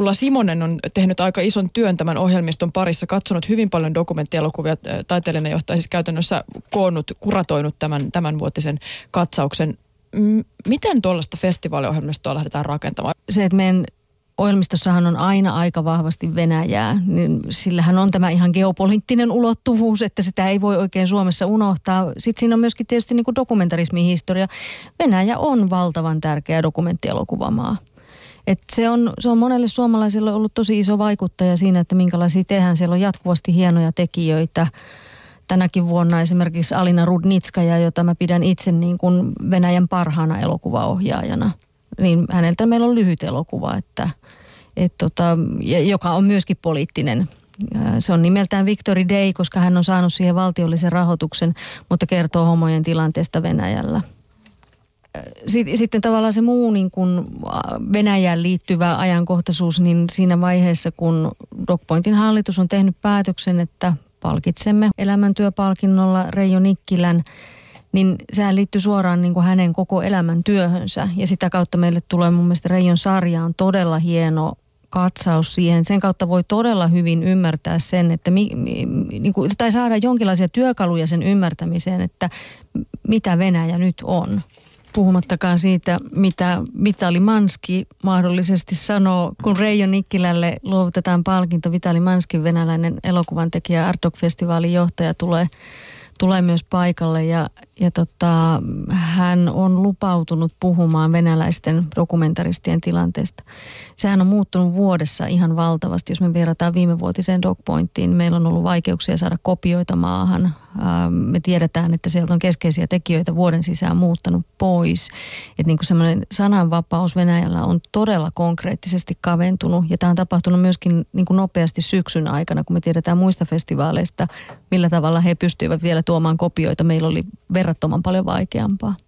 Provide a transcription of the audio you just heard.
Ulla Simonen on tehnyt aika ison työn tämän ohjelmiston parissa, katsonut hyvin paljon dokumenttielokuvia. Taiteilijan johtaja siis käytännössä kuratoinut tämänvuotisen katsauksen. Miten tuollaista festivaaliohjelmistoa lähdetään rakentamaan? Se, että meidän ohjelmistossahan on aina aika vahvasti Venäjää, niin sillähän on tämä ihan geopoliittinen ulottuvuus, että sitä ei voi oikein Suomessa unohtaa. Sitten siinä on myöskin tietysti niin kuin dokumentarismin historia. Venäjä on valtavan tärkeä dokumenttielokuvamaa. Et se on monelle suomalaiselle ollut tosi iso vaikuttaja siinä, että minkälaisia tehdään. Siellä on jatkuvasti hienoja tekijöitä. Tänäkin vuonna esimerkiksi Alina Rudnitskaja, jota mä pidän itse niin kuin Venäjän parhaana elokuvaohjaajana. Niin häneltä meillä on lyhyt elokuva, joka on myöskin poliittinen. Se on nimeltään Victory Day, koska hän on saanut siihen valtiollisen rahoituksen, mutta kertoo homojen tilanteesta Venäjällä. Sitten tavallaan se muu niin kuin Venäjään liittyvä ajankohtaisuus, niin siinä vaiheessa, kun DocPointin hallitus on tehnyt päätöksen, että palkitsemme elämäntyöpalkinnolla Reijo Nikkilän, niin sehän liittyy suoraan niin kuin hänen koko elämän työhönsä. Ja sitä kautta meille tulee mun mielestä Reijon sarjaan todella hieno katsaus siihen. Sen kautta voi todella hyvin ymmärtää sen, että tai saada jonkinlaisia työkaluja sen ymmärtämiseen, että mitä Venäjä nyt on. Puhumattakaan siitä, mitä Vitali Manski mahdollisesti sanoo, kun Reijo Nikkilälle luovutetaan palkinto. Vitali Manski, venäläinen elokuvantekijä, Art Doc-festivaalin johtaja, tulee myös paikalle ja hän on lupautunut puhumaan venäläisten dokumentaristien tilanteesta. Sehän on muuttunut vuodessa ihan valtavasti. Jos me verrataan viimevuotiseen DocPointiin, meillä on ollut vaikeuksia saada kopioita maahan. Me tiedetään, että sieltä on keskeisiä tekijöitä vuoden sisään muuttanut pois. Että niin kuin semmoinen sananvapaus Venäjällä on todella konkreettisesti kaventunut. Ja tämä on tapahtunut myöskin niin kuin nopeasti syksyn aikana, kun me tiedetään muista festivaaleista, millä tavalla he pystyivät vielä tuomaan kopioita. Meillä oli verrattoman paljon vaikeampaa.